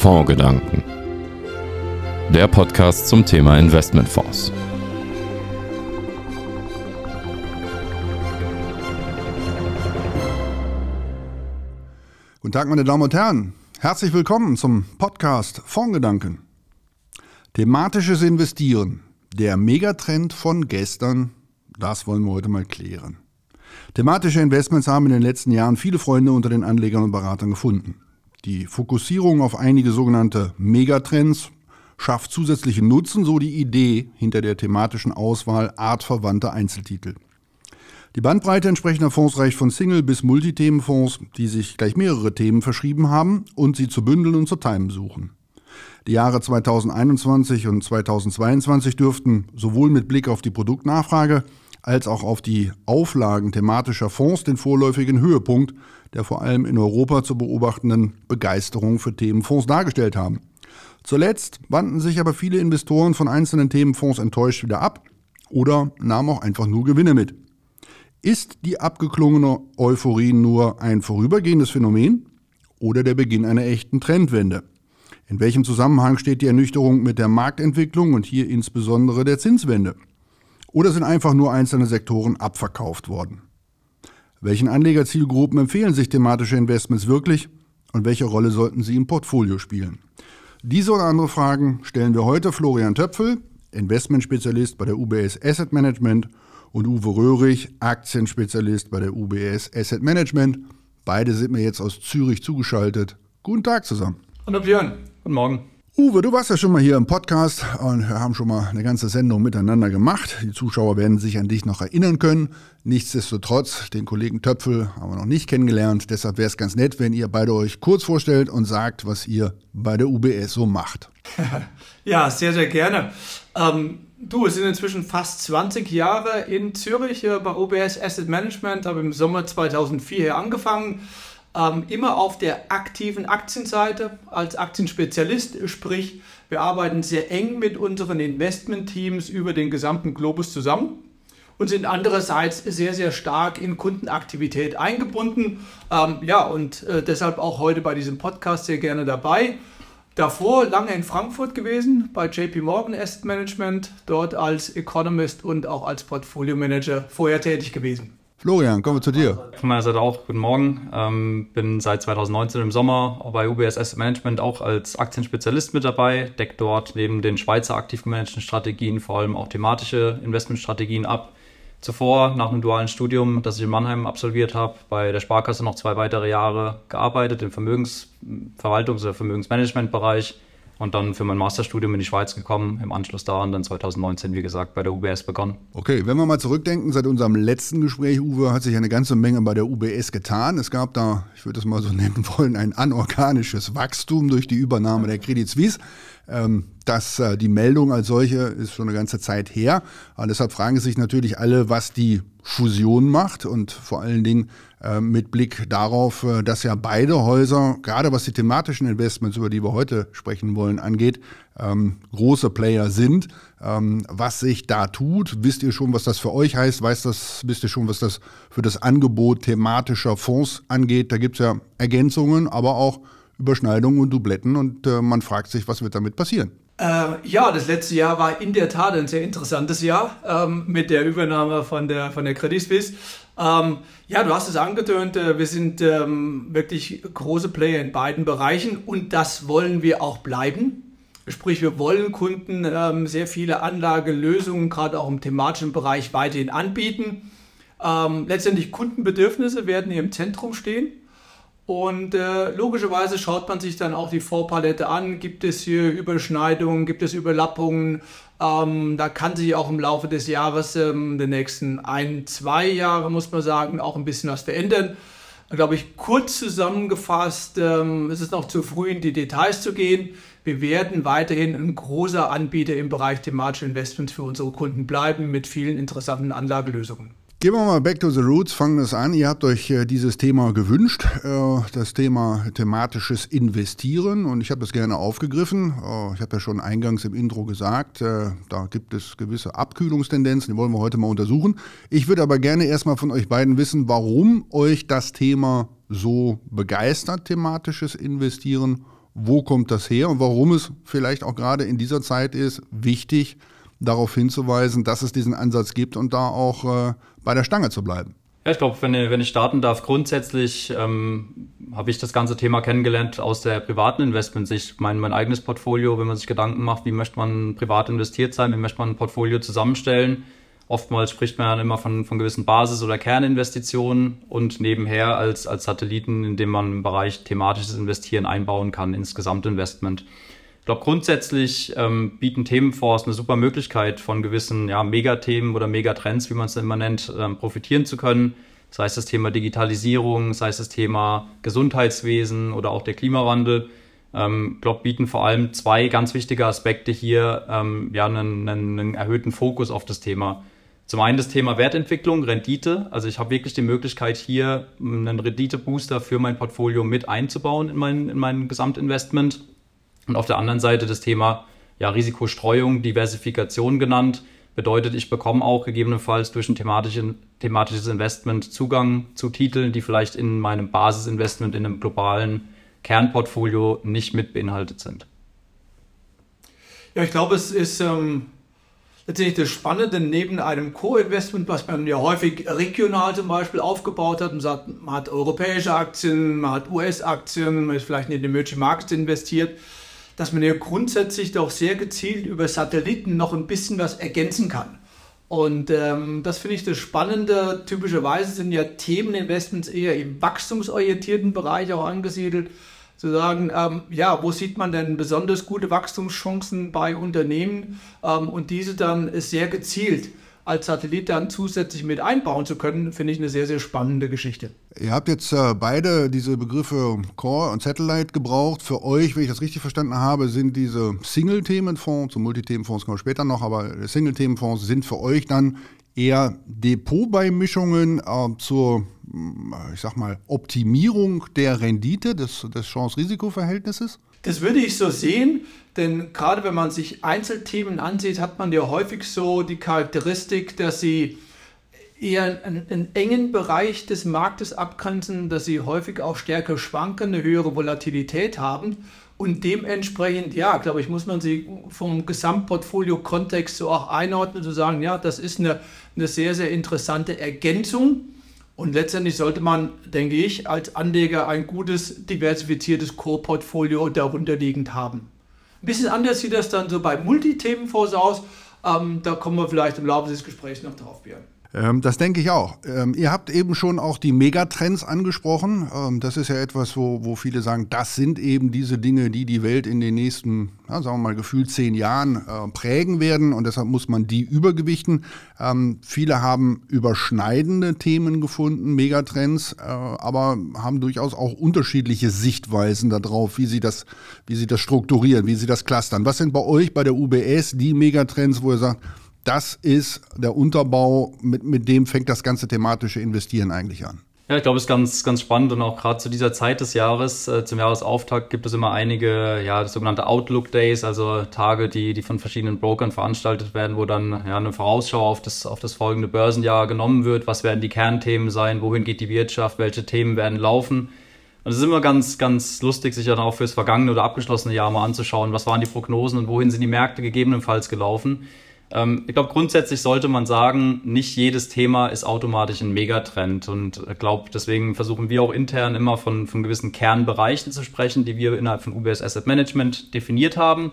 Fondsgedanken. Der Podcast zum Thema Investmentfonds. Guten Tag, meine Damen und Herren. Herzlich willkommen zum Podcast Fondsgedanken. Thematisches Investieren, der Megatrend von gestern, das wollen wir heute mal klären. Thematische Investments haben in den letzten Jahren viele Freunde unter den Anlegern und Beratern gefunden. Die Fokussierung auf einige sogenannte Megatrends schafft zusätzlichen Nutzen, so die Idee hinter der thematischen Auswahl artverwandter Einzeltitel. Die Bandbreite entsprechender Fonds reicht von Single- bis Multithemenfonds, die sich gleich mehrere Themen verschrieben haben und sie zu bündeln und zu timen suchen. Die Jahre 2021 und 2022 dürften sowohl mit Blick auf die Produktnachfrage als auch auf die Auflagen thematischer Fonds den vorläufigen Höhepunkt der vor allem in Europa zu beobachtenden Begeisterung für Themenfonds dargestellt haben. Zuletzt wandten sich aber viele Investoren von einzelnen Themenfonds enttäuscht wieder ab oder nahmen auch einfach nur Gewinne mit. Ist die abgeklungene Euphorie nur ein vorübergehendes Phänomen oder der Beginn einer echten Trendwende? In welchem Zusammenhang steht die Ernüchterung mit der Marktentwicklung und hier insbesondere der Zinswende? Oder sind einfach nur einzelne Sektoren abverkauft worden? Welchen Anlegerzielgruppen empfehlen sich thematische Investments wirklich und welche Rolle sollten sie im Portfolio spielen? Diese und andere Fragen stellen wir heute Florian Töpfel, Investmentspezialist bei der UBS Asset Management, und Uwe Röhrig, Aktienspezialist bei der UBS Asset Management. Beide sind mir jetzt aus Zürich zugeschaltet. Guten Tag zusammen. Hallo Björn, guten Morgen. Uwe, du warst ja schon mal hier im Podcast und wir haben schon mal eine ganze Sendung miteinander gemacht. Die Zuschauer werden sich an dich noch erinnern können. Nichtsdestotrotz, den Kollegen Töpfel haben wir noch nicht kennengelernt. Deshalb wäre es ganz nett, wenn ihr beide euch kurz vorstellt und sagt, was ihr bei der UBS so macht. Ja, sehr, sehr gerne. Wir sind inzwischen fast 20 Jahre in Zürich bei UBS Asset Management, habe im Sommer 2004 hier angefangen. Immer auf der aktiven Aktienseite als Aktienspezialist, sprich wir arbeiten sehr eng mit unseren Investmentteams über den gesamten Globus zusammen und sind andererseits sehr, sehr stark in Kundenaktivität eingebunden. Deshalb auch heute bei diesem Podcast sehr gerne dabei. Davor lange in Frankfurt gewesen, bei JP Morgan Asset Management, dort als Economist und auch als Portfolio Manager vorher tätig gewesen. Florian, kommen wir zu dir. Von meiner Seite auch, guten Morgen. Bin seit 2019 im Sommer bei UBS Asset Management auch als Aktienspezialist mit dabei, deckt dort neben den Schweizer aktiv gemanagten Strategien vor allem auch thematische Investmentstrategien ab. Zuvor, nach einem dualen Studium, das ich in Mannheim absolviert habe, bei der Sparkasse noch 2 weitere Jahre gearbeitet im Vermögensverwaltungs- oder Vermögensmanagementbereich. Und dann für mein Masterstudium in die Schweiz gekommen, im Anschluss daran dann 2019, wie gesagt, bei der UBS begonnen. Okay, wenn wir mal zurückdenken, seit unserem letzten Gespräch, Uwe, hat sich eine ganze Menge bei der UBS getan. Es gab da, ich würde das mal so nennen wollen, ein anorganisches Wachstum durch die Übernahme der Credit Suisse. Die Meldung als solche ist schon eine ganze Zeit her. Aber deshalb fragen sich natürlich alle, was die Fusion macht und vor allen Dingen mit Blick darauf, dass ja beide Häuser, gerade was die thematischen Investments, über die wir heute sprechen wollen, angeht, große Player sind. Was sich da tut, wisst ihr schon, was das für euch heißt? Wisst ihr schon, was das für das Angebot thematischer Fonds angeht? Da gibt es ja Ergänzungen, aber auch Überschneidungen und Dubletten und man fragt sich, was wird damit passieren? Das letzte Jahr war in der Tat ein sehr interessantes Jahr mit der Übernahme von der Credit Suisse. Du hast es angetönt, wir sind wirklich große Player in beiden Bereichen und das wollen wir auch bleiben. Sprich, wir wollen Kunden sehr viele Anlagelösungen, gerade auch im thematischen Bereich, weiterhin anbieten. Letztendlich Kundenbedürfnisse werden hier im Zentrum stehen. Und logischerweise schaut man sich dann auch die Fondspalette an. Gibt es hier Überschneidungen, gibt es Überlappungen? Da kann sich auch im Laufe des Jahres, der nächsten 1-2 Jahre, muss man sagen, auch ein bisschen was verändern. Glaube ich, kurz zusammengefasst, es ist noch zu früh in die Details zu gehen. Wir werden weiterhin ein großer Anbieter im Bereich thematische Investments für unsere Kunden bleiben mit vielen interessanten Anlagelösungen. Gehen wir mal back to the roots, fangen wir es an. Ihr habt euch dieses Thema gewünscht, das Thema thematisches Investieren, und ich habe das gerne aufgegriffen. Ich habe ja schon eingangs im Intro gesagt, da gibt es gewisse Abkühlungstendenzen, die wollen wir heute mal untersuchen. Ich würde aber gerne erstmal von euch beiden wissen, warum euch das Thema so begeistert, thematisches Investieren, wo kommt das her und warum es vielleicht auch gerade in dieser Zeit ist, wichtig darauf hinzuweisen, dass es diesen Ansatz gibt und da auch bei der Stange zu bleiben. Ja, ich glaube, wenn ich starten darf, grundsätzlich habe ich das ganze Thema kennengelernt aus der privaten Investmentsicht. Mein eigenes Portfolio, wenn man sich Gedanken macht, wie möchte man privat investiert sein, wie möchte man ein Portfolio zusammenstellen. Oftmals spricht man dann immer von gewissen Basis- oder Kerninvestitionen und nebenher als Satelliten, in dem man im Bereich thematisches Investieren einbauen kann ins Gesamtinvestment. Ich glaube, grundsätzlich bieten Themenfonds eine super Möglichkeit, von gewissen Megathemen oder Megatrends, wie man es immer nennt, profitieren zu können. Sei es das Thema Digitalisierung, sei es das Thema Gesundheitswesen oder auch der Klimawandel. Ich glaube, bieten vor allem zwei ganz wichtige Aspekte hier einen erhöhten Fokus auf das Thema. Zum einen das Thema Wertentwicklung, Rendite. Also ich habe wirklich die Möglichkeit, hier einen Renditebooster für mein Portfolio mit einzubauen in mein Gesamtinvestment. Und auf der anderen Seite das Thema Risikostreuung, Diversifikation genannt. Bedeutet, ich bekomme auch gegebenenfalls durch ein thematisches Investment Zugang zu Titeln, die vielleicht in meinem Basisinvestment in einem globalen Kernportfolio nicht mit beinhaltet sind. Ja, ich glaube, es ist letztendlich das Spannende neben einem Co-Investment, was man ja häufig regional zum Beispiel aufgebaut hat und sagt, man hat europäische Aktien, man hat US-Aktien, man ist vielleicht in den Emerging Markets investiert, dass man ja grundsätzlich doch sehr gezielt über Satelliten noch ein bisschen was ergänzen kann. Und das finde ich das Spannende. Typischerweise sind ja Themeninvestments eher im wachstumsorientierten Bereich auch angesiedelt. Zu sagen, wo sieht man denn besonders gute Wachstumschancen bei Unternehmen und diese dann sehr gezielt als Satellit dann zusätzlich mit einbauen zu können, finde ich eine sehr, sehr spannende Geschichte. Ihr habt jetzt beide diese Begriffe Core und Satellite gebraucht. Für euch, wenn ich das richtig verstanden habe, sind diese Single-Themenfonds, zu Multithemenfonds kommen wir später noch, aber Single-Themenfonds sind für euch dann eher Depotbeimischungen zur, ich sag mal, Optimierung der Rendite des Chance-Risiko-Verhältnisses? Das würde ich so sehen, denn gerade wenn man sich Einzelthemen ansieht, hat man ja häufig so die Charakteristik, dass sie eher einen engen Bereich des Marktes abgrenzen, dass sie häufig auch stärker schwanken, eine höhere Volatilität haben und dementsprechend, glaube ich, muss man sie vom Gesamtportfolio-Kontext so auch einordnen, zu sagen, das ist eine sehr, sehr interessante Ergänzung. Und letztendlich sollte man, denke ich, als Anleger ein gutes, diversifiziertes Core-Portfolio darunter liegend haben. Ein bisschen anders sieht das dann so bei Multithemenfonds aus. Da kommen wir vielleicht im Laufe des Gesprächs noch drauf, Björn. Das denke ich auch. Ihr habt eben schon auch die Megatrends angesprochen. Das ist ja etwas, wo viele sagen, das sind eben diese Dinge, die die Welt in den nächsten, sagen wir mal, gefühlt 10 Jahren prägen werden. Und deshalb muss man die übergewichten. Viele haben überschneidende Themen gefunden, Megatrends, aber haben durchaus auch unterschiedliche Sichtweisen darauf, wie sie das strukturieren, wie sie das clustern. Was sind bei euch, bei der UBS, die Megatrends, wo ihr sagt, das ist der Unterbau, mit dem fängt das ganze thematische Investieren eigentlich an? Ja, ich glaube, es ist ganz, ganz spannend und auch gerade zu dieser Zeit des Jahres, zum Jahresauftakt gibt es immer einige, sogenannte Outlook Days, also Tage, die von verschiedenen Brokern veranstaltet werden, wo dann eine Vorausschau auf das folgende Börsenjahr genommen wird. Was werden die Kernthemen sein? Wohin geht die Wirtschaft? Welche Themen werden laufen? Und es ist immer ganz, ganz lustig, sich dann auch fürs vergangene oder abgeschlossene Jahr mal anzuschauen. Was waren die Prognosen und wohin sind die Märkte gegebenenfalls gelaufen? Ich glaube, grundsätzlich sollte man sagen, nicht jedes Thema ist automatisch ein Megatrend und ich glaube, deswegen versuchen wir auch intern immer von gewissen Kernbereichen zu sprechen, die wir innerhalb von UBS Asset Management definiert haben,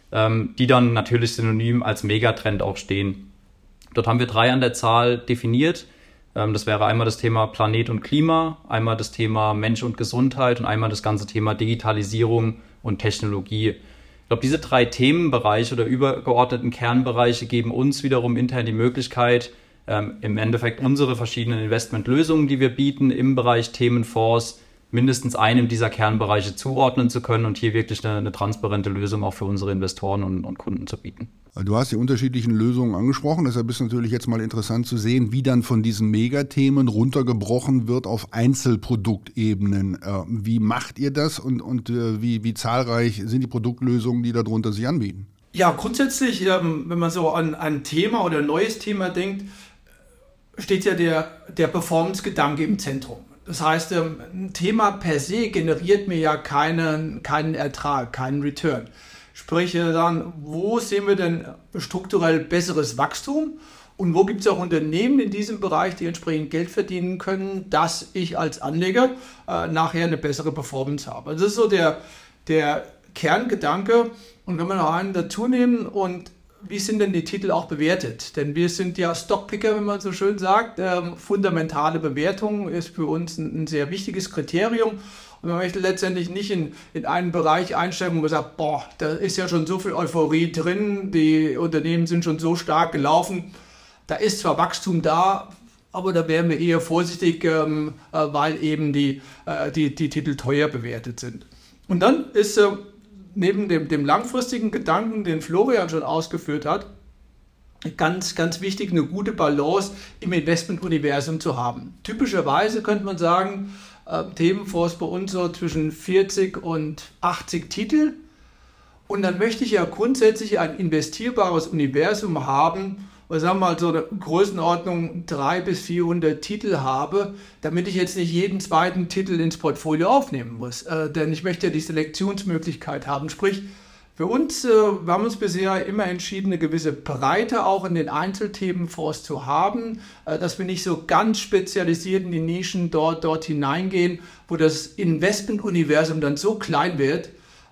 die dann natürlich synonym als Megatrend auch stehen. Dort haben wir 3 an der Zahl definiert. Das wäre einmal das Thema Planet und Klima, einmal das Thema Mensch und Gesundheit und einmal das ganze Thema Digitalisierung und Technologie. Ich glaube, diese 3 Themenbereiche oder übergeordneten Kernbereiche geben uns wiederum intern die Möglichkeit, im Endeffekt unsere verschiedenen Investmentlösungen, die wir bieten, im Bereich Themenfonds mindestens einem dieser Kernbereiche zuordnen zu können und hier wirklich eine transparente Lösung auch für unsere Investoren und Kunden zu bieten. Du hast die unterschiedlichen Lösungen angesprochen. Deshalb ist natürlich jetzt mal interessant zu sehen, wie dann von diesen Megathemen runtergebrochen wird auf Einzelproduktebenen. Wie macht ihr das und wie zahlreich sind die Produktlösungen, die darunter sich anbieten? Ja, grundsätzlich, wenn man so an ein Thema oder ein neues Thema denkt, steht ja der Performance-Gedanke im Zentrum. Das heißt, ein Thema per se generiert mir ja keinen Ertrag, keinen Return. Sprich dann, wo sehen wir denn strukturell besseres Wachstum und wo gibt es auch Unternehmen in diesem Bereich, die entsprechend Geld verdienen können, dass ich als Anleger nachher eine bessere Performance habe. Also das ist so der Kerngedanke. Und wenn wir noch einen dazu nehmen und wie sind denn die Titel auch bewertet? Denn wir sind ja Stockpicker, wenn man so schön sagt. Fundamentale Bewertung ist für uns ein sehr wichtiges Kriterium. Und man möchte letztendlich nicht in einen Bereich einsteigen, wo man sagt, boah, da ist ja schon so viel Euphorie drin, die Unternehmen sind schon so stark gelaufen. Da ist zwar Wachstum da, aber da wären wir eher vorsichtig, weil eben die Titel teuer bewertet sind. Und dann ist neben dem langfristigen Gedanken, den Florian schon ausgeführt hat, ganz, ganz wichtig, eine gute Balance im Investmentuniversum zu haben. Typischerweise könnte man sagen, Themenfonds bei uns so zwischen 40 und 80 Titel. Und dann möchte ich ja grundsätzlich ein investierbares Universum haben, sagen wir mal so eine Größenordnung 300 bis 400 Titel habe, damit ich jetzt nicht jeden zweiten Titel ins Portfolio aufnehmen muss. Denn ich möchte ja die Selektionsmöglichkeit haben. Sprich, für uns, wir haben uns bisher immer entschieden, eine gewisse Breite auch in den Einzelthemenfonds zu haben, dass wir nicht so ganz spezialisiert in die Nischen dort hineingehen, wo das Investmentuniversum dann so klein wird,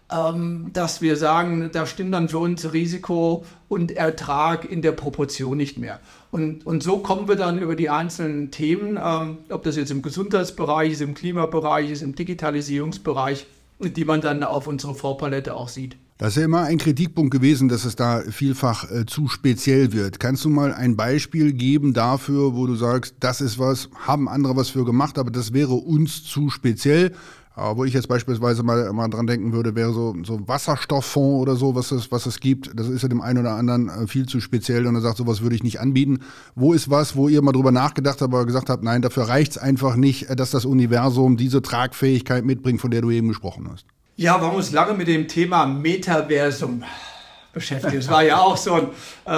dass wir sagen, da stimmt dann für uns Risiko und Ertrag in der Proportion nicht mehr. Und so kommen wir dann über die einzelnen Themen, ob das jetzt im Gesundheitsbereich ist, im Klimabereich ist, im Digitalisierungsbereich, die man dann auf unserer Fondspalette auch sieht. Das ist ja immer ein Kritikpunkt gewesen, dass es da vielfach zu speziell wird. Kannst du mal ein Beispiel geben dafür, wo du sagst, das ist was, haben andere was für gemacht, aber das wäre uns zu speziell? Wo ich jetzt beispielsweise mal dran denken würde, wäre so Wasserstofffonds oder so, was es gibt. Das ist ja dem einen oder anderen viel zu speziell und er sagt, sowas würde ich nicht anbieten. Wo ist was, wo ihr mal drüber nachgedacht habt, aber gesagt habt, nein, dafür reicht es einfach nicht, dass das Universum diese Tragfähigkeit mitbringt, von der du eben gesprochen hast? Ja, wir haben uns lange mit dem Thema Metaversum beschäftigt. Das war ja auch so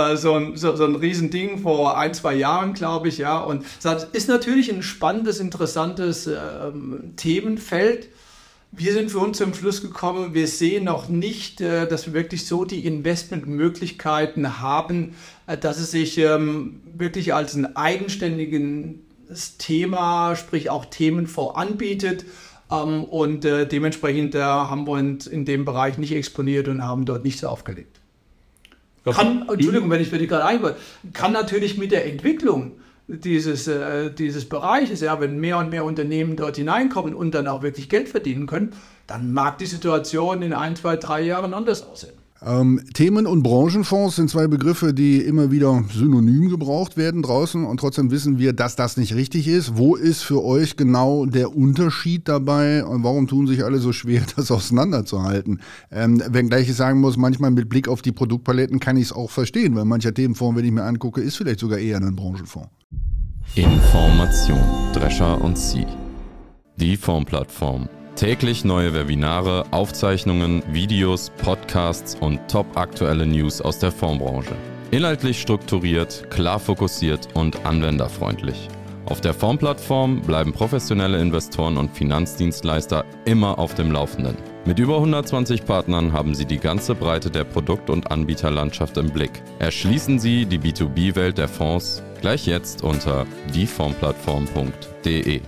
ein Riesending vor 1-2 Jahren, glaube ich. Ja. Und das ist natürlich ein spannendes, interessantes Themenfeld. Wir sind für uns zum Schluss gekommen, wir sehen noch nicht, dass wir wirklich so die Investmentmöglichkeiten haben, dass es sich wirklich als ein eigenständiges Thema, sprich auch Themenfonds anbietet. Und dementsprechend haben wir uns in dem Bereich nicht exponiert und haben dort nichts aufgelegt. Entschuldigung, wenn ich für dich gerade einbaue, kann natürlich mit der Entwicklung dieses Bereiches, ja, wenn mehr und mehr Unternehmen dort hineinkommen und dann auch wirklich Geld verdienen können, dann mag die Situation in 1, 2, 3 Jahren anders aussehen. Themen- und Branchenfonds sind zwei Begriffe, die immer wieder synonym gebraucht werden draußen und trotzdem wissen wir, dass das nicht richtig ist. Wo ist für euch genau der Unterschied dabei und warum tun sich alle so schwer, das auseinanderzuhalten? Wenngleich ich sagen muss, manchmal mit Blick auf die Produktpaletten kann ich es auch verstehen, weil mancher Themenfonds, wenn ich mir angucke, ist vielleicht sogar eher ein Branchenfonds. Information, Drescher und Sie. Die Fondsplattform. Täglich neue Webinare, Aufzeichnungen, Videos, Podcasts und top-aktuelle News aus der Fondsbranche. Inhaltlich strukturiert, klar fokussiert und anwenderfreundlich. Auf der Fondsplattform bleiben professionelle Investoren und Finanzdienstleister immer auf dem Laufenden. Mit über 120 Partnern haben Sie die ganze Breite der Produkt- und Anbieterlandschaft im Blick. Erschließen Sie die B2B-Welt der Fonds gleich jetzt unter diefondsplattform.de.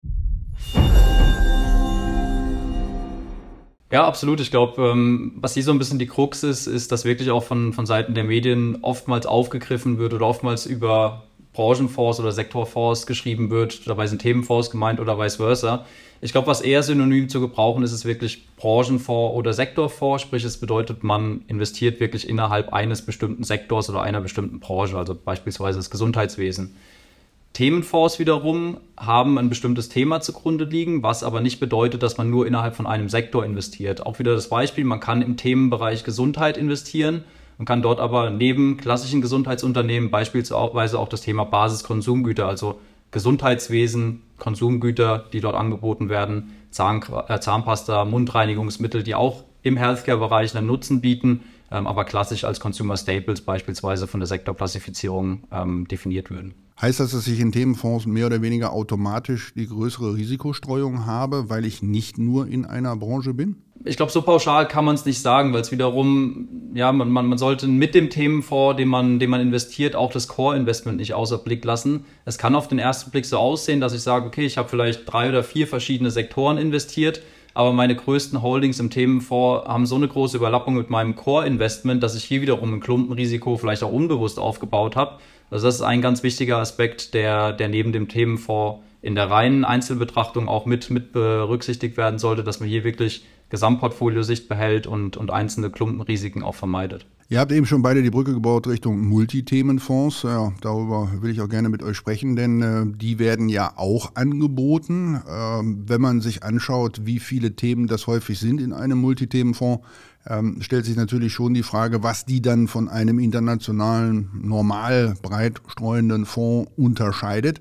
Ja, absolut. Ich glaube, was hier so ein bisschen die Krux ist, dass wirklich auch von Seiten der Medien oftmals aufgegriffen wird oder oftmals über Branchenfonds oder Sektorfonds geschrieben wird. Dabei sind Themenfonds gemeint oder vice versa. Ich glaube, was eher synonym zu gebrauchen ist wirklich Branchenfonds oder Sektorfonds. Sprich, es bedeutet, man investiert wirklich innerhalb eines bestimmten Sektors oder einer bestimmten Branche, also beispielsweise das Gesundheitswesen. Themenfonds wiederum haben ein bestimmtes Thema zugrunde liegen, was aber nicht bedeutet, dass man nur innerhalb von einem Sektor investiert. Auch wieder das Beispiel, man kann im Themenbereich Gesundheit investieren und kann dort aber neben klassischen Gesundheitsunternehmen beispielsweise auch das Thema Basiskonsumgüter, also Gesundheitswesen, Konsumgüter, die dort angeboten werden, Zahnpasta, Mundreinigungsmittel, die auch im Healthcare-Bereich einen Nutzen bieten, aber klassisch als Consumer Staples beispielsweise von der Sektorklassifizierung definiert würden. Heißt das, dass ich in Themenfonds mehr oder weniger automatisch die größere Risikostreuung habe, weil ich nicht nur in einer Branche bin? Ich glaube, so pauschal kann man es nicht sagen, weil es wiederum, ja, man sollte mit dem Themenfonds, den man investiert, auch das Core-Investment nicht außer Blick lassen. Es kann auf den ersten Blick so aussehen, dass ich sage, okay, ich habe vielleicht 3 oder 4 verschiedene Sektoren investiert, aber meine größten Holdings im Themenfonds haben so eine große Überlappung mit meinem Core-Investment, dass ich hier wiederum ein Klumpenrisiko vielleicht auch unbewusst aufgebaut habe. Also das ist ein ganz wichtiger Aspekt, der neben dem Themenfonds in der reinen Einzelbetrachtung auch mit berücksichtigt werden sollte, dass man hier wirklich Gesamtportfolio-Sicht behält und einzelne Klumpenrisiken auch vermeidet. Ihr habt eben schon beide die Brücke gebaut Richtung Multithemenfonds. Ja, darüber will ich auch gerne mit euch sprechen, denn die werden ja auch angeboten. Wenn man sich anschaut, wie viele Themen das häufig sind in einem Multithemenfonds, stellt sich natürlich schon die Frage, was die dann von einem internationalen, normal breit streuenden Fonds unterscheidet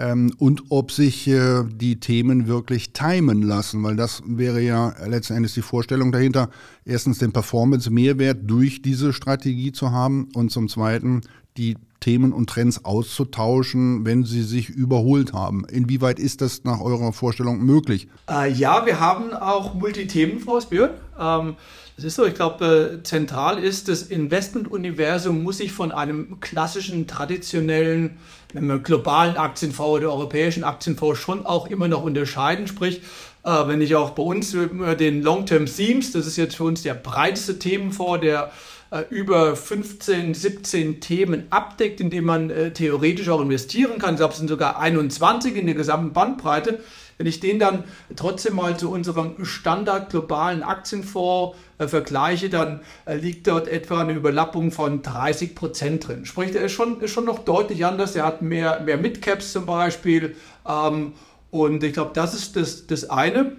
und ob sich die Themen wirklich timen lassen, weil das wäre ja letzten Endes die Vorstellung dahinter, erstens den Performance-Mehrwert durch diese Strategie zu haben und zum Zweiten die Themen und Trends auszutauschen, wenn sie sich überholt haben. Inwieweit ist das nach eurer Vorstellung möglich? Ja, wir haben auch Multithemenfonds, Björn. Das ist so, ich glaube, zentral ist, das Investmentuniversum muss sich von einem klassischen, traditionellen, globalen Aktienfonds oder europäischen Aktienfonds schon auch immer noch unterscheiden. Sprich, wenn ich auch bei uns den Long-Term Themes, das ist jetzt für uns der breiteste Themenfonds, der über 15, 17 Themen abdeckt, in denen man theoretisch auch investieren kann. Ich glaube, es sind sogar 21 in der gesamten Bandbreite. Wenn ich den dann trotzdem mal zu unserem Standard globalen Aktienfonds vergleiche, dann liegt dort etwa eine Überlappung von 30% drin. Sprich, der ist schon noch deutlich anders. Der hat mehr Midcaps zum Beispiel. Und ich glaube, das ist das eine.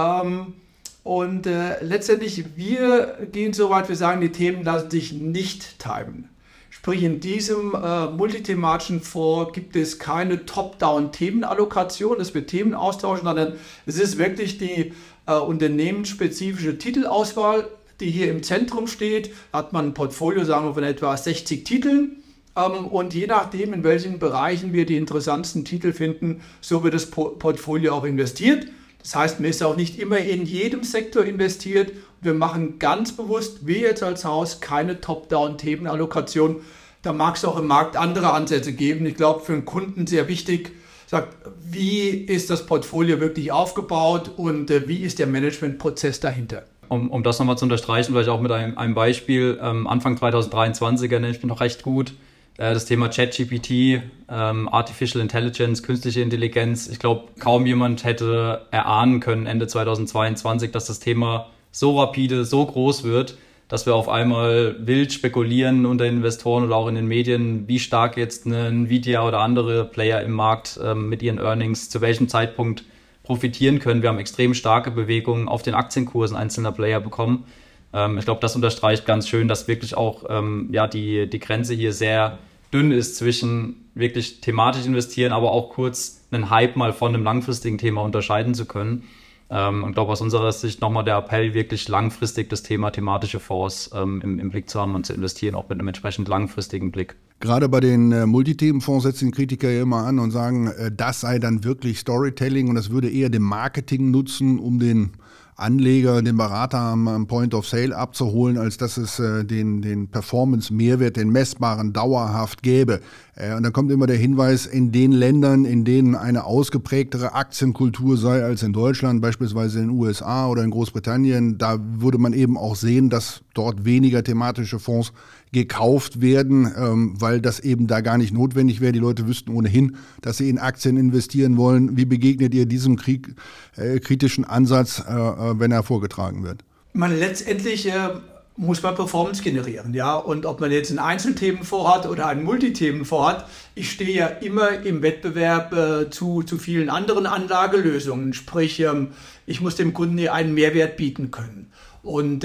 Und letztendlich, wir gehen so weit, wir sagen, die Themen lassen sich nicht timen. Sprich, in diesem multithematischen Fonds gibt es keine Top-Down-Themenallokation, dass wir Themen austauschen, sondern es ist wirklich die unternehmensspezifische Titelauswahl, die hier im Zentrum steht. Da hat man ein Portfolio, sagen wir, von etwa 60 Titeln. Und je nachdem, in welchen Bereichen wir die interessantesten Titel finden, so wird das Portfolio auch investiert. Das heißt, man ist auch nicht immer in jedem Sektor investiert. Wir machen ganz bewusst, wir jetzt als Haus, keine Top-Down-Themenallokation. Da mag es auch im Markt andere Ansätze geben. Ich glaube, für einen Kunden sehr wichtig, sagt, wie ist das Portfolio wirklich aufgebaut und wie ist der Managementprozess dahinter? Um das nochmal zu unterstreichen, vielleicht auch mit einem Beispiel, Anfang 2023 erinnere ich mich noch recht gut, das Thema ChatGPT, Artificial Intelligence, künstliche Intelligenz. Ich glaube, kaum jemand hätte erahnen können Ende 2022, dass das Thema so rapide, so groß wird, dass wir auf einmal wild spekulieren unter Investoren oder auch in den Medien, wie stark jetzt eine Nvidia oder andere Player im Markt mit ihren Earnings zu welchem Zeitpunkt profitieren können. Wir haben extrem starke Bewegungen auf den Aktienkursen einzelner Player bekommen. Ich glaube, das unterstreicht ganz schön, dass wirklich auch die Grenze hier sehr dünn ist zwischen wirklich thematisch investieren, aber auch kurz einen Hype mal von einem langfristigen Thema unterscheiden zu können. Und ich glaube, aus unserer Sicht nochmal der Appell, wirklich langfristig das Thema thematische Fonds im Blick zu haben und zu investieren, auch mit einem entsprechend langfristigen Blick. Gerade bei den Multithemenfonds setzen Kritiker ja immer an und sagen, das sei dann wirklich Storytelling und das würde eher dem Marketing nutzen, um den Anleger, den Berater am Point of Sale abzuholen, als dass es den Performance-Mehrwert, den messbaren, dauerhaft gäbe. Und dann kommt immer der Hinweis, in den Ländern, in denen eine ausgeprägtere Aktienkultur sei als in Deutschland, beispielsweise in den USA oder in Großbritannien, da würde man eben auch sehen, dass dort weniger thematische Fonds gekauft werden, weil das eben da gar nicht notwendig wäre. Die Leute wüssten ohnehin, dass sie in Aktien investieren wollen. Wie begegnet ihr diesem kritischen Ansatz, wenn er vorgetragen wird? Letztendlich muss man Performance generieren, ja. Und ob man jetzt einen Einzelthemenfonds hat oder einen Multithemenfonds hat, ich stehe ja immer im Wettbewerb zu vielen anderen Anlagelösungen. Sprich, ich muss dem Kunden hier einen Mehrwert bieten können. Und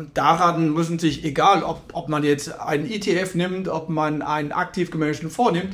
daran müssen sich, egal ob man jetzt einen ETF nimmt, ob man einen aktiv gemanagten Fonds nimmt,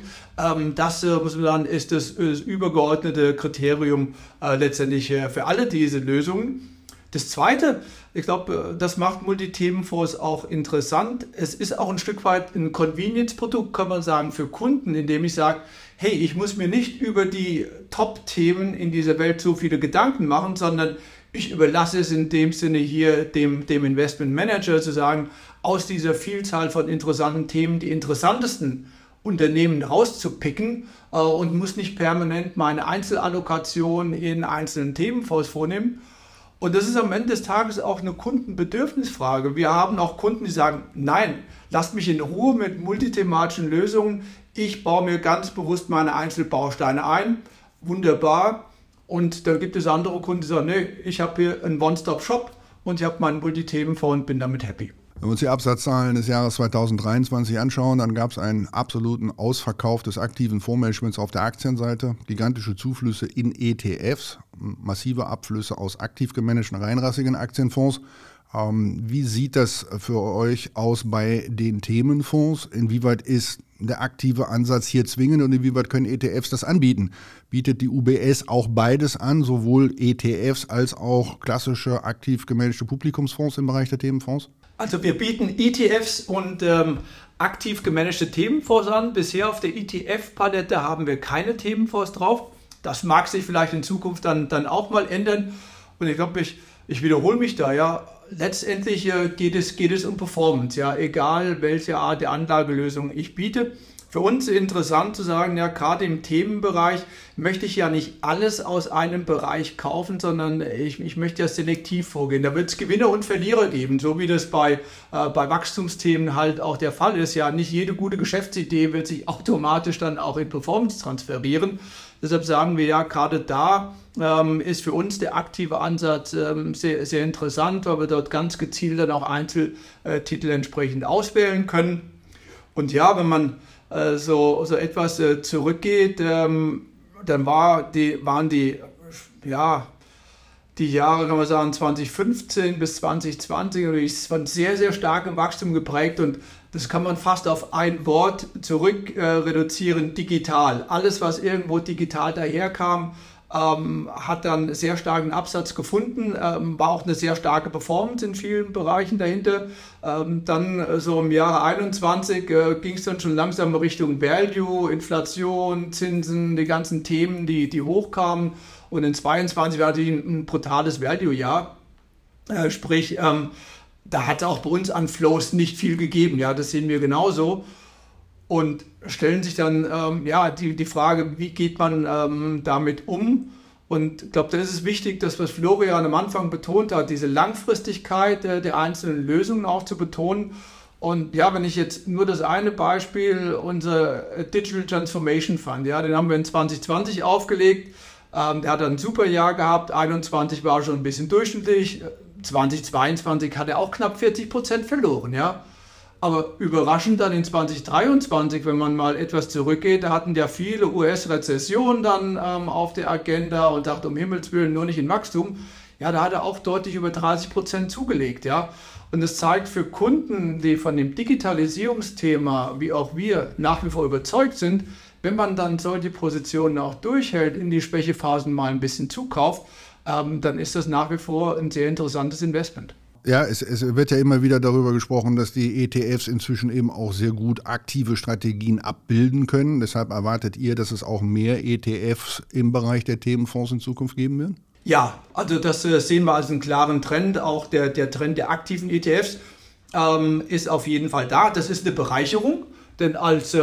das muss man sagen, ist das übergeordnete Kriterium letztendlich für alle diese Lösungen. Das Zweite, ich glaube, das macht Multithemenfonds auch interessant. Es ist auch ein Stück weit ein Convenience-Produkt, kann man sagen, für Kunden, indem ich sage, hey, ich muss mir nicht über die Top-Themen in dieser Welt so viele Gedanken machen, sondern ich überlasse es in dem Sinne hier dem Investment Manager zu sagen, aus dieser Vielzahl von interessanten Themen die interessantesten Unternehmen rauszupicken und muss nicht permanent meine Einzelallokation in einzelnen Themenfonds vornehmen. Und das ist am Ende des Tages auch eine Kundenbedürfnisfrage. Wir haben auch Kunden, die sagen, nein, lasst mich in Ruhe mit multithematischen Lösungen. Ich baue mir ganz bewusst meine Einzelbausteine ein. Wunderbar. Und dann gibt es andere Kunden, die sagen, nee, ich habe hier einen One-Stop-Shop und ich habe meinen Multithemenfonds und bin damit happy. Wenn wir uns die Absatzzahlen des Jahres 2023 anschauen, dann gab es einen absoluten Ausverkauf des aktiven Fondsmanagements auf der Aktienseite, gigantische Zuflüsse in ETFs, massive Abflüsse aus aktiv gemanagten reinrassigen Aktienfonds. Wie sieht das für euch aus bei den Themenfonds? Inwieweit ist der aktive Ansatz hier zwingend und inwieweit können ETFs das anbieten? Bietet die UBS auch beides an, sowohl ETFs als auch klassische aktiv gemanagte Publikumsfonds im Bereich der Themenfonds? Also wir bieten ETFs und aktiv gemanagte Themenfonds an. Bisher auf der ETF-Palette haben wir keine Themenfonds drauf. Das mag sich vielleicht in Zukunft dann auch mal ändern. Und ich glaube, ich wiederhole mich da, ja. Letztendlich geht es um Performance, ja, egal welche Art der Anlagelösung ich biete. Für uns ist interessant zu sagen, ja, gerade im Themenbereich möchte ich ja nicht alles aus einem Bereich kaufen, sondern ich möchte ja selektiv vorgehen. Da wird es Gewinner und Verlierer geben, so wie das bei Wachstumsthemen halt auch der Fall ist. Ja, nicht jede gute Geschäftsidee wird sich automatisch dann auch in Performance transferieren. Deshalb sagen wir ja, gerade da ist für uns der aktive Ansatz sehr, sehr interessant, weil wir dort ganz gezielt dann auch Einzeltitel entsprechend auswählen können. Und ja, wenn man so etwas zurückgeht, dann waren die Jahre, kann man sagen, 2015 bis 2020 von sehr, sehr starkem Wachstum geprägt und das kann man fast auf ein Wort zurück reduzieren, digital. Alles, was irgendwo digital daherkam, hat dann sehr starken Absatz gefunden, war auch eine sehr starke Performance in vielen Bereichen dahinter. Dann so im Jahre 21 ging es dann schon langsam Richtung Value, Inflation, Zinsen, die ganzen Themen, die hochkamen. Und in 22 war natürlich ein brutales Value-Jahr. Sprich, da hat es auch bei uns an Flows nicht viel gegeben. Ja, das sehen wir genauso. Und stellen sich dann die Frage, wie geht man damit um? Und ich glaube, da ist es wichtig, das, was Florian am Anfang betont hat, diese Langfristigkeit der einzelnen Lösungen auch zu betonen. Und ja, wenn ich jetzt nur das eine Beispiel, unser Digital Transformation Fund, ja, den haben wir in 2020 aufgelegt. Der hat ein super Jahr gehabt, 21 war schon ein bisschen durchschnittlich, 2022 hat er auch knapp 40% verloren, ja. Aber überraschend dann in 2023, wenn man mal etwas zurückgeht, da hatten ja viele US-Rezessionen dann auf der Agenda und dachte, um Himmels Willen, nur nicht in Wachstum. Ja, da hat er auch deutlich über 30% zugelegt, ja. Und das zeigt für Kunden, die von dem Digitalisierungsthema, wie auch wir, nach wie vor überzeugt sind, wenn man dann solche Positionen auch durchhält, in die Schwächephasen mal ein bisschen zukauft, dann ist das nach wie vor ein sehr interessantes Investment. Ja, es wird ja immer wieder darüber gesprochen, dass die ETFs inzwischen eben auch sehr gut aktive Strategien abbilden können. Deshalb erwartet ihr, dass es auch mehr ETFs im Bereich der Themenfonds in Zukunft geben wird? Ja, also das sehen wir als einen klaren Trend. Auch der Trend der aktiven ETFs ist auf jeden Fall da. Das ist eine Bereicherung, denn als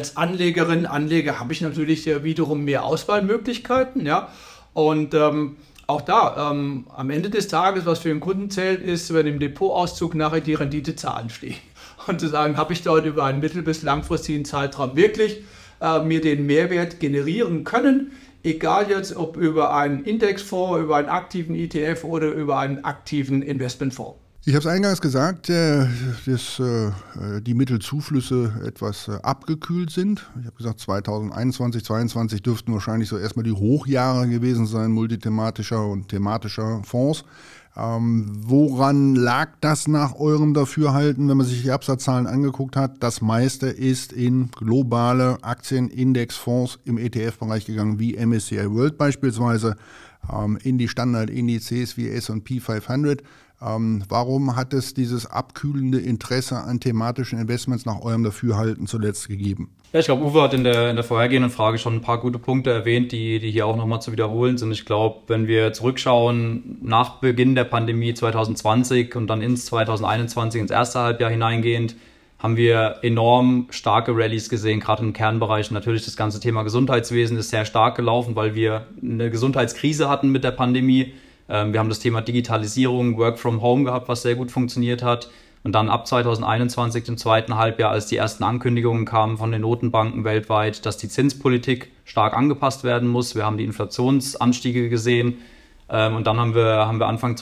Anleger habe ich natürlich wiederum mehr Auswahlmöglichkeiten. Ja, und auch da, am Ende des Tages, was für den Kunden zählt, ist, wenn im Depotauszug nachher die Renditezahlen stehen. Und zu sagen, habe ich dort über einen mittel- bis langfristigen Zeitraum wirklich mir den Mehrwert generieren können, egal jetzt ob über einen Indexfonds, über einen aktiven ETF oder über einen aktiven Investmentfonds. Ich habe es eingangs gesagt, dass die Mittelzuflüsse etwas abgekühlt sind. Ich habe gesagt, 2021, 2022 dürften wahrscheinlich so erstmal die Hochjahre gewesen sein, multithematischer und thematischer Fonds. Woran lag das nach eurem Dafürhalten, wenn man sich die Absatzzahlen angeguckt hat? Das meiste ist in globale Aktienindexfonds im ETF-Bereich gegangen, wie MSCI World beispielsweise. in die Standardindizes wie S&P 500. Warum hat es dieses abkühlende Interesse an thematischen Investments nach eurem Dafürhalten zuletzt gegeben? Ja, ich glaube, Uwe hat in der vorhergehenden Frage schon ein paar gute Punkte erwähnt, die hier auch nochmal zu wiederholen sind. Ich glaube, wenn wir zurückschauen, nach Beginn der Pandemie 2020 und dann ins 2021, ins erste Halbjahr hineingehend, haben wir enorm starke Rallyes gesehen, gerade im Kernbereich. Natürlich das ganze Thema Gesundheitswesen ist sehr stark gelaufen, weil wir eine Gesundheitskrise hatten mit der Pandemie. Wir haben das Thema Digitalisierung, Work from Home gehabt, was sehr gut funktioniert hat. Und dann ab 2021, im zweiten Halbjahr, als die ersten Ankündigungen kamen von den Notenbanken weltweit, dass die Zinspolitik stark angepasst werden muss. Wir haben die Inflationsanstiege gesehen. Und dann haben wir Anfang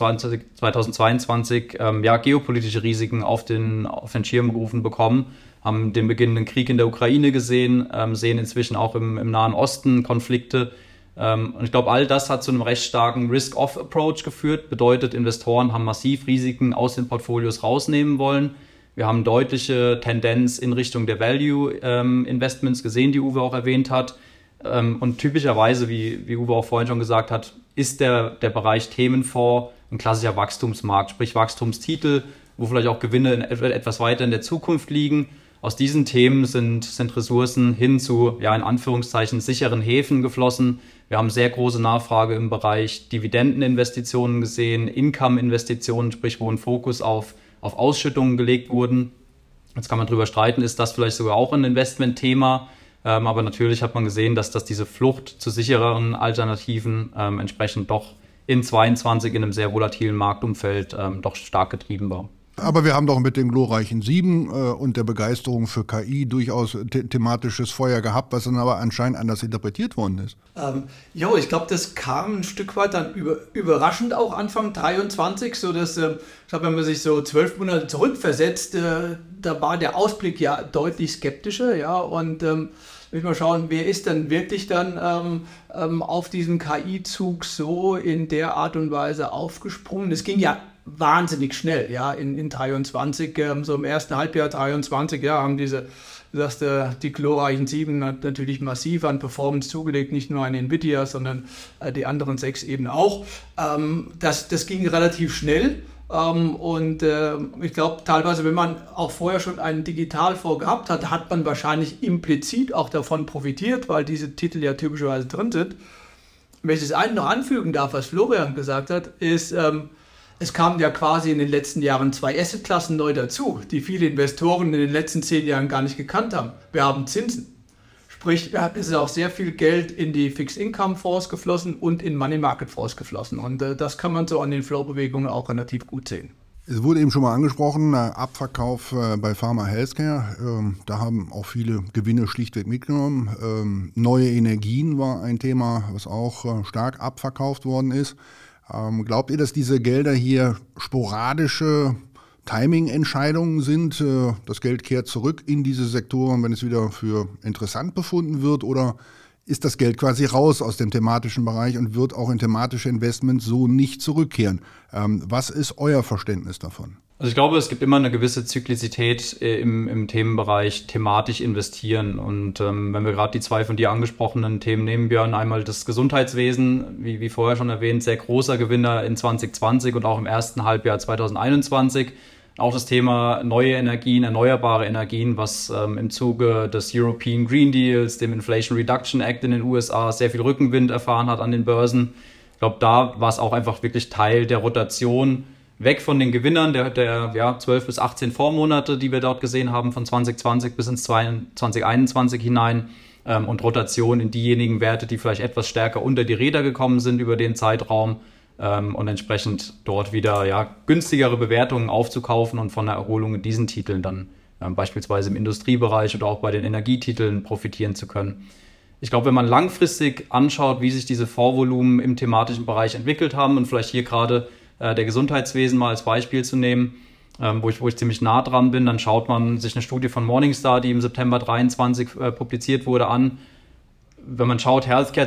2022 geopolitische Risiken auf den Schirm gerufen bekommen, haben den beginnenden Krieg in der Ukraine gesehen, sehen inzwischen auch im Nahen Osten Konflikte. Und ich glaube, all das hat zu einem recht starken Risk-Off-Approach geführt. Bedeutet, Investoren haben massiv Risiken aus den Portfolios rausnehmen wollen. Wir haben deutliche Tendenz in Richtung der Value-Investments gesehen, die Uwe auch erwähnt hat. Und typischerweise, wie Uwe auch vorhin schon gesagt hat, ist der Bereich Themenfonds ein klassischer Wachstumsmarkt, sprich Wachstumstitel, wo vielleicht auch Gewinne etwas weiter in der Zukunft liegen. Aus diesen Themen sind Ressourcen hin zu, in Anführungszeichen, sicheren Häfen geflossen. Wir haben sehr große Nachfrage im Bereich Dividendeninvestitionen gesehen, Income-Investitionen, sprich wo ein Fokus auf Ausschüttungen gelegt wurden. Jetzt kann man drüber streiten, ist das vielleicht sogar auch ein Investmentthema? Aber natürlich hat man gesehen, dass diese Flucht zu sichereren Alternativen entsprechend doch in 2022 in einem sehr volatilen Marktumfeld doch stark getrieben war. Aber wir haben doch mit den glorreichen 7 und der Begeisterung für KI durchaus thematisches Feuer gehabt, was dann aber anscheinend anders interpretiert worden ist. Ich glaube, das kam ein Stück weit dann überraschend auch Anfang 23, so dass, ich glaube, wenn man sich so 12 Monate zurückversetzt, da war der Ausblick ja deutlich skeptischer, ja, und will mal schauen, wer ist denn wirklich dann auf diesen KI-Zug so in der Art und Weise aufgesprungen. Es ging ja wahnsinnig schnell, ja, in 23, so im ersten Halbjahr 23, ja, haben die glorreichen 7 natürlich massiv an Performance zugelegt, nicht nur an Nvidia, sondern die anderen 6 eben auch. Das ging relativ schnell. Ich glaube, teilweise, wenn man auch vorher schon einen Digitalfonds gehabt hat, hat man wahrscheinlich implizit auch davon profitiert, weil diese Titel ja typischerweise drin sind. Wenn ich das eine noch anfügen darf, was Florian gesagt hat, ist, es kamen ja quasi in den letzten Jahren 2 Assetklassen neu dazu, die viele Investoren in den letzten 10 Jahren gar nicht gekannt haben. Wir haben Zinsen. Sprich, es ist auch sehr viel Geld in die Fixed-Income-Fonds geflossen und in Money-Market-Fonds geflossen. Und das kann man so an den Flow-Bewegungen auch relativ gut sehen. Es wurde eben schon mal angesprochen, Abverkauf bei Pharma Healthcare. Da haben auch viele Gewinne schlichtweg mitgenommen. Neue Energien war ein Thema, was auch stark abverkauft worden ist. Glaubt ihr, dass diese Gelder hier sporadische Timing-Entscheidungen sind? Das Geld kehrt zurück in diese Sektoren, wenn es wieder für interessant befunden wird? Oder ist das Geld quasi raus aus dem thematischen Bereich und wird auch in thematische Investments so nicht zurückkehren? Was ist euer Verständnis davon? Also ich glaube, es gibt immer eine gewisse Zyklizität im Themenbereich thematisch investieren. Und wenn wir gerade die 2 von dir angesprochenen Themen nehmen, Björn, einmal das Gesundheitswesen, wie vorher schon erwähnt, sehr großer Gewinner in 2020 und auch im ersten Halbjahr 2021. Auch das Thema neue Energien, erneuerbare Energien, was im Zuge des European Green Deals, dem Inflation Reduction Act in den USA sehr viel Rückenwind erfahren hat an den Börsen. Ich glaube, da war es auch einfach wirklich Teil der Rotation weg von den Gewinnern der 12 bis 18 Vormonate, die wir dort gesehen haben, von 2020 bis ins 2021 hinein und Rotation in diejenigen Werte, die vielleicht etwas stärker unter die Räder gekommen sind über den Zeitraum und entsprechend dort wieder günstigere Bewertungen aufzukaufen und von der Erholung in diesen Titeln dann beispielsweise im Industriebereich oder auch bei den Energietiteln profitieren zu können. Ich glaube, wenn man langfristig anschaut, wie sich diese Fondsvolumen im thematischen Bereich entwickelt haben und vielleicht hier gerade der Gesundheitswesen mal als Beispiel zu nehmen, wo ich ziemlich nah dran bin, dann schaut man sich eine Studie von Morningstar, die im September 2023 publiziert wurde, an. Wenn man schaut, Healthcare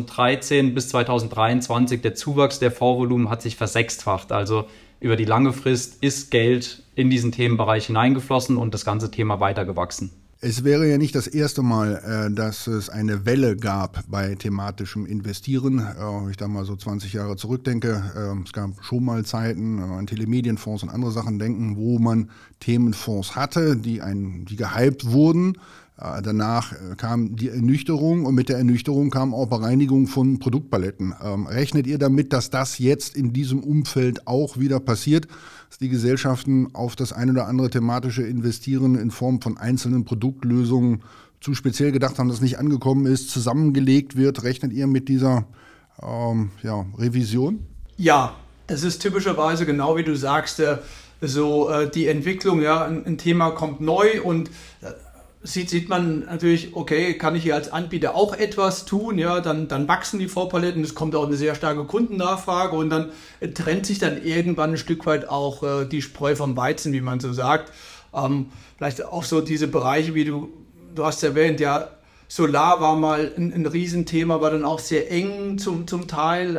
2013 bis 2023, der Zuwachs der Fondsvolumen hat sich versechsfacht. Also über die lange Frist ist Geld in diesen Themenbereich hineingeflossen und das ganze Thema weiter gewachsen. Es wäre ja nicht das erste Mal, dass es eine Welle gab bei thematischem Investieren. Wenn ich da mal so 20 Jahre zurückdenke, es gab schon mal Zeiten, an Telemedienfonds und andere Sachen denken, wo man Themenfonds hatte, die gehypt wurden. Danach kam die Ernüchterung und mit der Ernüchterung kam auch Bereinigung von Produktpaletten. Rechnet ihr damit, dass das jetzt in diesem Umfeld auch wieder passiert, dass die Gesellschaften auf das ein oder andere thematische Investieren in Form von einzelnen Produktlösungen zu speziell gedacht haben, dass nicht angekommen ist, zusammengelegt wird? Rechnet ihr mit dieser Revision? Ja, das ist typischerweise genau wie du sagst, die Entwicklung, ja, ein Thema kommt neu und sieht man natürlich, okay, kann ich hier als Anbieter auch etwas tun, ja, dann wachsen die Vorpaletten, es kommt auch eine sehr starke Kundennachfrage und dann trennt sich dann irgendwann ein Stück weit auch die Spreu vom Weizen, wie man so sagt. Vielleicht auch so diese Bereiche, wie du hast erwähnt, ja, Solar war mal ein Riesenthema, war dann auch sehr eng zum Teil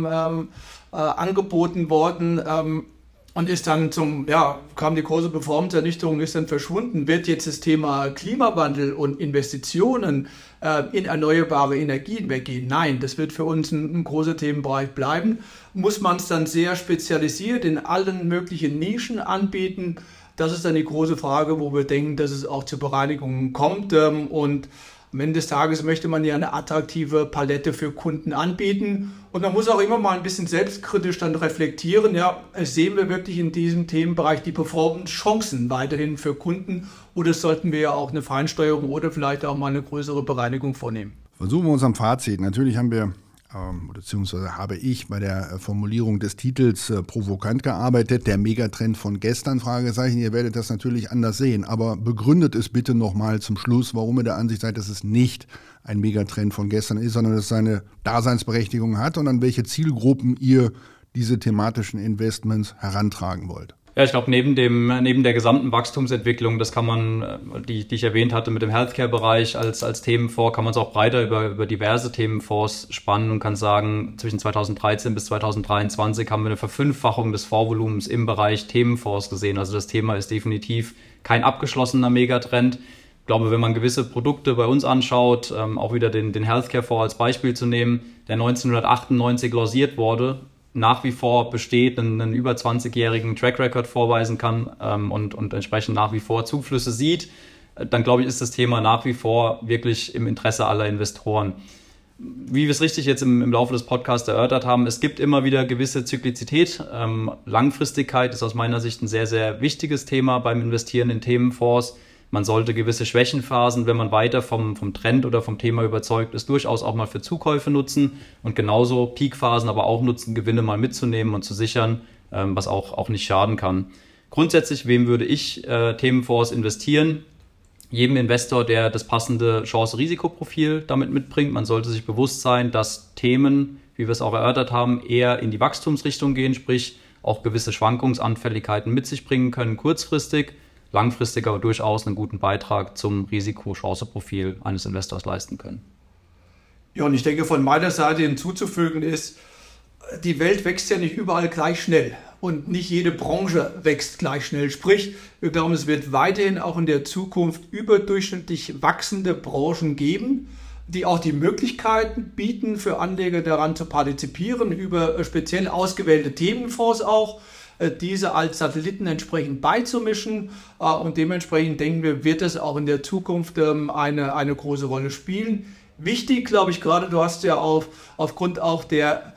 angeboten worden. Und ist dann kam die große Performance-Ernüchterung, ist dann verschwunden. Wird jetzt das Thema Klimawandel und Investitionen in erneuerbare Energien weggehen? Nein, das wird für uns ein großer Themenbereich bleiben. Muss man es dann sehr spezialisiert in allen möglichen Nischen anbieten? Das ist dann die große Frage, wo wir denken, dass es auch zu Bereinigungen kommt. Und am Ende des Tages möchte man ja eine attraktive Palette für Kunden anbieten und man muss auch immer mal ein bisschen selbstkritisch dann reflektieren, ja, sehen wir wirklich in diesem Themenbereich die Performance-Chancen weiterhin für Kunden oder sollten wir ja auch eine Feinsteuerung oder vielleicht auch mal eine größere Bereinigung vornehmen? Versuchen wir uns am Fazit. Natürlich haben wir beziehungsweise habe ich bei der Formulierung des Titels provokant gearbeitet. Der Megatrend von gestern, Fragezeichen. Ihr werdet das natürlich anders sehen, aber begründet es bitte nochmal zum Schluss, warum ihr der Ansicht seid, dass es nicht ein Megatrend von gestern ist, sondern dass es seine Daseinsberechtigung hat und an welche Zielgruppen ihr diese thematischen Investments herantragen wollt. Ja, ich glaube, neben der gesamten Wachstumsentwicklung, das kann man, die ich erwähnt hatte, mit dem Healthcare-Bereich als Themenfonds, kann man es auch breiter über diverse Themenfonds spannen und kann sagen, zwischen 2013 bis 2023 haben wir eine Verfünffachung des Fondsvolumens im Bereich Themenfonds gesehen. Also das Thema ist definitiv kein abgeschlossener Megatrend. Ich glaube, wenn man gewisse Produkte bei uns anschaut, auch wieder den Healthcare-Fonds als Beispiel zu nehmen, der 1998 lanciert wurde, nach wie vor besteht, einen über 20-jährigen Track Record vorweisen kann und entsprechend nach wie vor Zuflüsse sieht, dann glaube ich, ist das Thema nach wie vor wirklich im Interesse aller Investoren. Wie wir es richtig jetzt im Laufe des Podcasts erörtert haben, es gibt immer wieder gewisse Zyklizität. Langfristigkeit ist aus meiner Sicht ein sehr, sehr wichtiges Thema beim Investieren in Themenfonds. Man sollte gewisse Schwächenphasen, wenn man weiter vom Trend oder vom Thema überzeugt ist, durchaus auch mal für Zukäufe nutzen und genauso Peakphasen aber auch nutzen, Gewinne mal mitzunehmen und zu sichern, was auch nicht schaden kann. Grundsätzlich, wem würde ich Themenfonds investieren? Jedem Investor, der das passende Chance-Risikoprofil damit mitbringt. Man sollte sich bewusst sein, dass Themen, wie wir es auch erörtert haben, eher in die Wachstumsrichtung gehen, sprich auch gewisse Schwankungsanfälligkeiten mit sich bringen können, kurzfristig. Langfristig aber durchaus einen guten Beitrag zum Risiko-Chance-Profil eines Investors leisten können. Ja, und ich denke, von meiner Seite hinzuzufügen ist, die Welt wächst ja nicht überall gleich schnell und nicht jede Branche wächst gleich schnell. Sprich, wir glauben, es wird weiterhin auch in der Zukunft überdurchschnittlich wachsende Branchen geben, die auch die Möglichkeiten bieten, für Anleger daran zu partizipieren, über speziell ausgewählte Themenfonds auch, diese als Satelliten entsprechend beizumischen und dementsprechend denken wir, wird es auch in der Zukunft eine große Rolle spielen. Wichtig, glaube ich, gerade du hast ja aufgrund auch der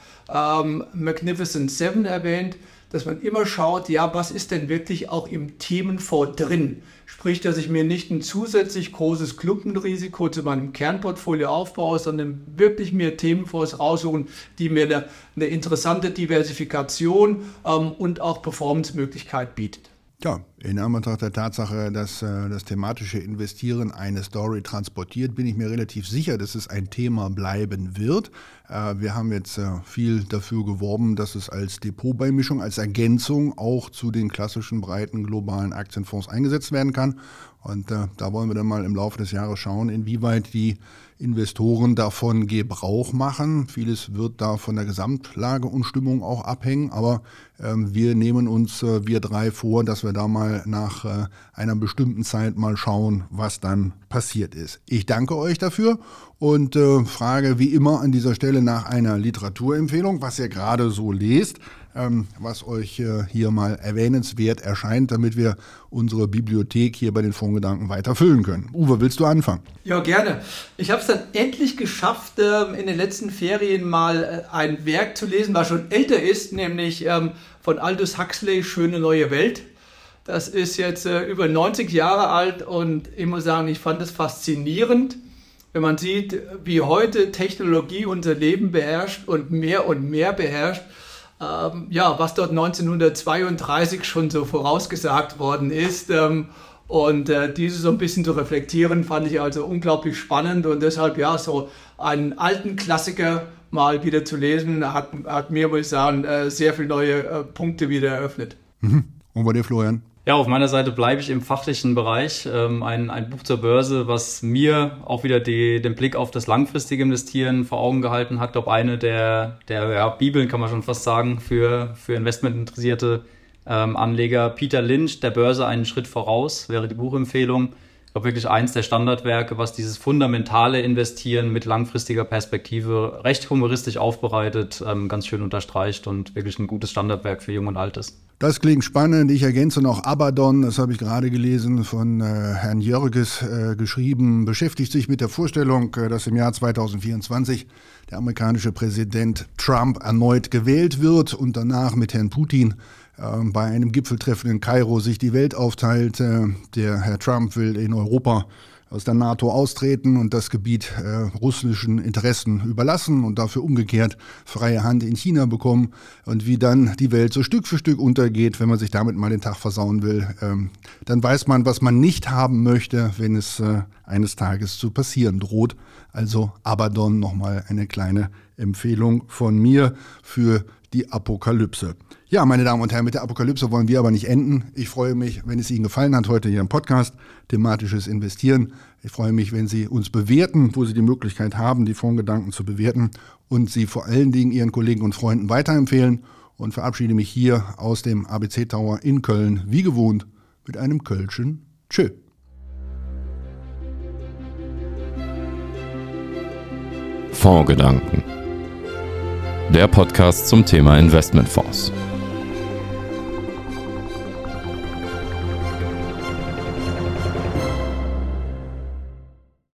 Magnificent Seven erwähnt, dass man immer schaut, ja, was ist denn wirklich auch im Themenfonds drin? Sprich, dass ich mir nicht ein zusätzlich großes Klumpenrisiko zu meinem Kernportfolio aufbaue, sondern wirklich mir Themenfonds raussuchen, die mir eine interessante Diversifikation und auch Performance-Möglichkeit bietet. Ja, in Anbetracht der Tatsache, dass das thematische Investieren eine Story transportiert, bin ich mir relativ sicher, dass es ein Thema bleiben wird. Wir haben jetzt viel dafür geworben, dass es als Depotbeimischung, als Ergänzung auch zu den klassischen breiten globalen Aktienfonds eingesetzt werden kann. Und da wollen wir dann mal im Laufe des Jahres schauen, inwieweit die Investoren davon Gebrauch machen. Vieles wird da von der Gesamtlage und Stimmung auch abhängen, aber wir nehmen uns, wir drei, vor, dass wir da mal mal nach einer bestimmten Zeit mal schauen, was dann passiert ist. Ich danke euch dafür und frage wie immer an dieser Stelle nach einer Literaturempfehlung, was ihr gerade so lest, was euch hier mal erwähnenswert erscheint, damit wir unsere Bibliothek hier bei den Fondsgedanken weiter füllen können. Uwe, willst du anfangen? Ja, gerne. Ich habe es dann endlich geschafft, in den letzten Ferien mal ein Werk zu lesen, was schon älter ist, nämlich von Aldous Huxley, Schöne neue Welt. Das ist jetzt über 90 Jahre alt und ich muss sagen, ich fand es faszinierend, wenn man sieht, wie heute Technologie unser Leben beherrscht und mehr beherrscht. Was dort 1932 schon so vorausgesagt worden ist. Und diese so ein bisschen zu reflektieren, fand ich also unglaublich spannend. Und deshalb, so einen alten Klassiker mal wieder zu lesen, hat mir, muss ich sagen, sehr viele neue Punkte wieder eröffnet. Und bei dir, Florian? Ja, auf meiner Seite bleibe ich im fachlichen Bereich. Ein Buch zur Börse, was mir auch wieder den Blick auf das langfristige Investieren vor Augen gehalten hat. Ich glaube, eine der Bibeln, kann man schon fast sagen, für investmentinteressierte Anleger. Peter Lynch, Der Börse einen Schritt voraus, wäre die Buchempfehlung. Ich glaube, wirklich eins der Standardwerke, was dieses fundamentale Investieren mit langfristiger Perspektive recht humoristisch aufbereitet, ganz schön unterstreicht und wirklich ein gutes Standardwerk für Jung und Altes. Das klingt spannend. Ich ergänze noch Abaddon, das habe ich gerade gelesen, von Herrn Jörges geschrieben, beschäftigt sich mit der Vorstellung, dass im Jahr 2024 der amerikanische Präsident Trump erneut gewählt wird und danach mit Herrn Putin bei einem Gipfeltreffen in Kairo sich die Welt aufteilt. Der Herr Trump will in Europa aus der NATO austreten und das Gebiet russischen Interessen überlassen und dafür umgekehrt freie Hand in China bekommen. Und wie dann die Welt so Stück für Stück untergeht, wenn man sich damit mal den Tag versauen will, dann weiß man, was man nicht haben möchte, wenn es eines Tages zu passieren droht. Also Abaddon, nochmal eine kleine Empfehlung von mir für die Apokalypse. Ja, meine Damen und Herren, mit der Apokalypse wollen wir aber nicht enden. Ich freue mich, wenn es Ihnen gefallen hat, heute hier im Podcast, thematisches Investieren. Ich freue mich, wenn Sie uns bewerten, wo Sie die Möglichkeit haben, die Fondsgedanken zu bewerten und sie vor allen Dingen Ihren Kollegen und Freunden weiterempfehlen und verabschiede mich hier aus dem ABC Tower in Köln, wie gewohnt, mit einem Kölschen Tschö. Fondsgedanken. Der Podcast zum Thema Investmentfonds.